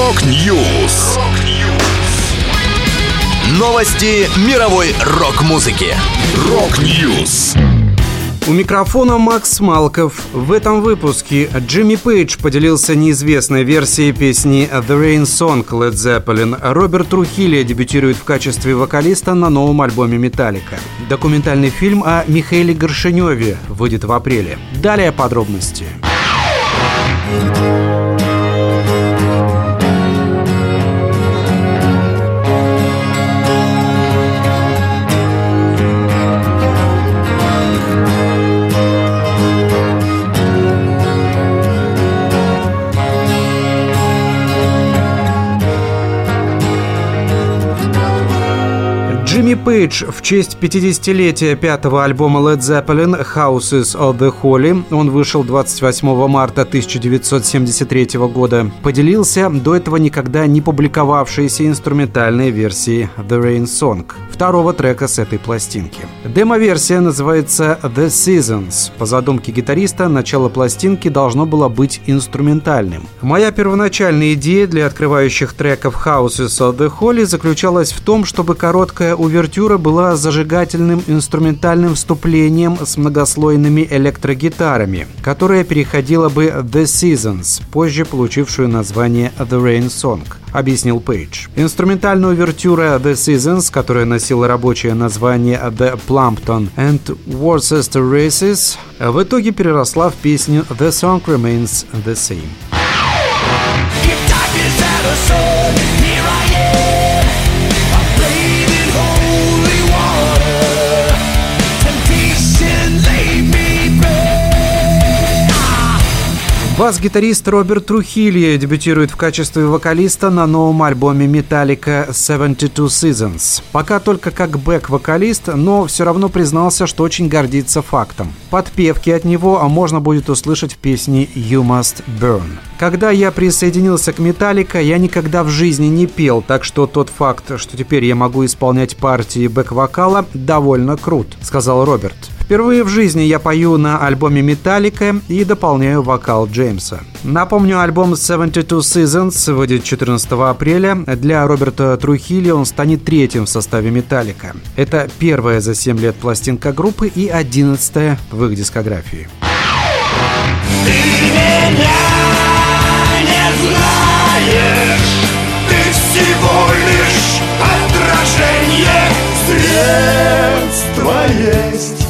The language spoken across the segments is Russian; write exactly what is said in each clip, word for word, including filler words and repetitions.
Рок-Ньюс. Новости мировой рок-музыки. Рок-Ньюс. У микрофона Макс Малков. В этом выпуске Джимми Пейдж поделился неизвестной версией песни «The Rain Song» Led Zeppelin. Роберт Трухильо дебютирует в качестве вокалиста на новом альбоме «Металлика». Документальный фильм о Михаиле Горшеневе выйдет в апреле. Далее подробности. Джимми Пейдж в честь пятидесятилетия пятого альбома Led Zeppelin «Houses of the Holy», он вышел двадцать восьмого марта тысяча девятьсот семьдесят третьего года, поделился до этого никогда не публиковавшейся инструментальной версией «The Rain Song», второго трека с этой пластинки. Демо-версия называется «The Seasons». По задумке гитариста, начало пластинки должно было быть инструментальным. Моя первоначальная идея для открывающих треков «Houses of the Holy» заключалась в том, чтобы короткая увертюра была зажигательным инструментальным вступлением с многослойными электрогитарами, которая переходила бы «The Seasons», позже получившую название «The Rain Song», объяснил Пейдж. Инструментальная увертюра «The Seasons», которая носила рабочее название «The Plumpton and Worcester Races», в итоге переросла в песню «The Song Remains the Same». Бас-гитарист Роберт Трухильо дебютирует в качестве вокалиста на новом альбоме «Металлика семьдесят два Seasons». Пока только как бэк-вокалист, но все равно признался, что очень гордится фактом. Подпевки от него можно будет услышать в песне «You Must Burn». Когда я присоединился к «Металлика», я никогда в жизни не пел, так что тот факт, что теперь я могу исполнять партии бэк-вокала, довольно крут, сказал Роберт. Впервые в жизни я пою на альбоме «Металлика» и дополняю вокал Джеймса. Напомню, альбом семьдесят два Seasons выйдет четырнадцатого апреля. Для Роберта Трухильо он станет третьим в составе «Металлика». Это первая за семь лет пластинка группы и одиннадцатая в их дискографии. Ты меня не знаешь, ты всего лишь отражение. Средства есть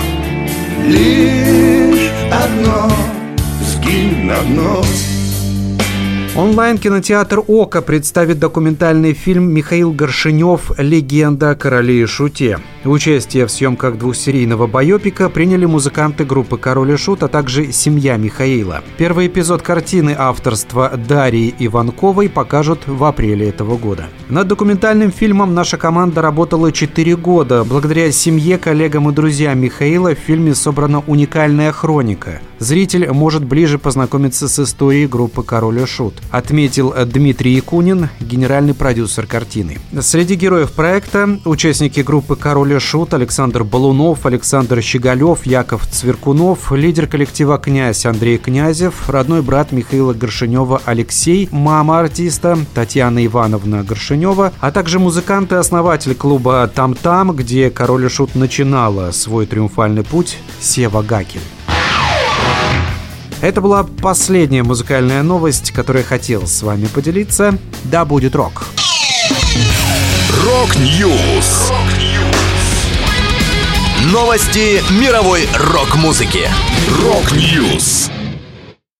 лишь одно, сгинь на дно. Онлайн-кинотеатр «Око» представит документальный фильм «Михаил Горшенев. Легенда о короле и шуте». Участие в съемках двухсерийного байопика приняли музыканты группы «Король и Шут», а также семья Михаила. Первый эпизод картины авторства Дарьи Иванковой покажут в апреле этого года. Над документальным фильмом наша команда работала четыре года. Благодаря семье, коллегам и друзьям Михаила в фильме собрана уникальная хроника. Зритель может ближе познакомиться с историей группы «Король и Шут», отметил Дмитрий Якунин, генеральный продюсер картины. Среди героев проекта участники группы «Король и Шут» Александр Балунов, Александр Щеголев, Яков Цверкунов, лидер коллектива «Князь» Андрей Князев, родной брат Михаила Горшенева Алексей, мама артиста Татьяна Ивановна Горшенева, а также музыкант и основатель клуба «Там-Там», где «Король и Шут» начинала свой триумфальный путь, Сева Гакин. Это была последняя музыкальная новость, которую я хотел с вами поделиться. Да будет рок! Рок-Ньюс. Новости мировой рок-музыки. Рок-Ньюс.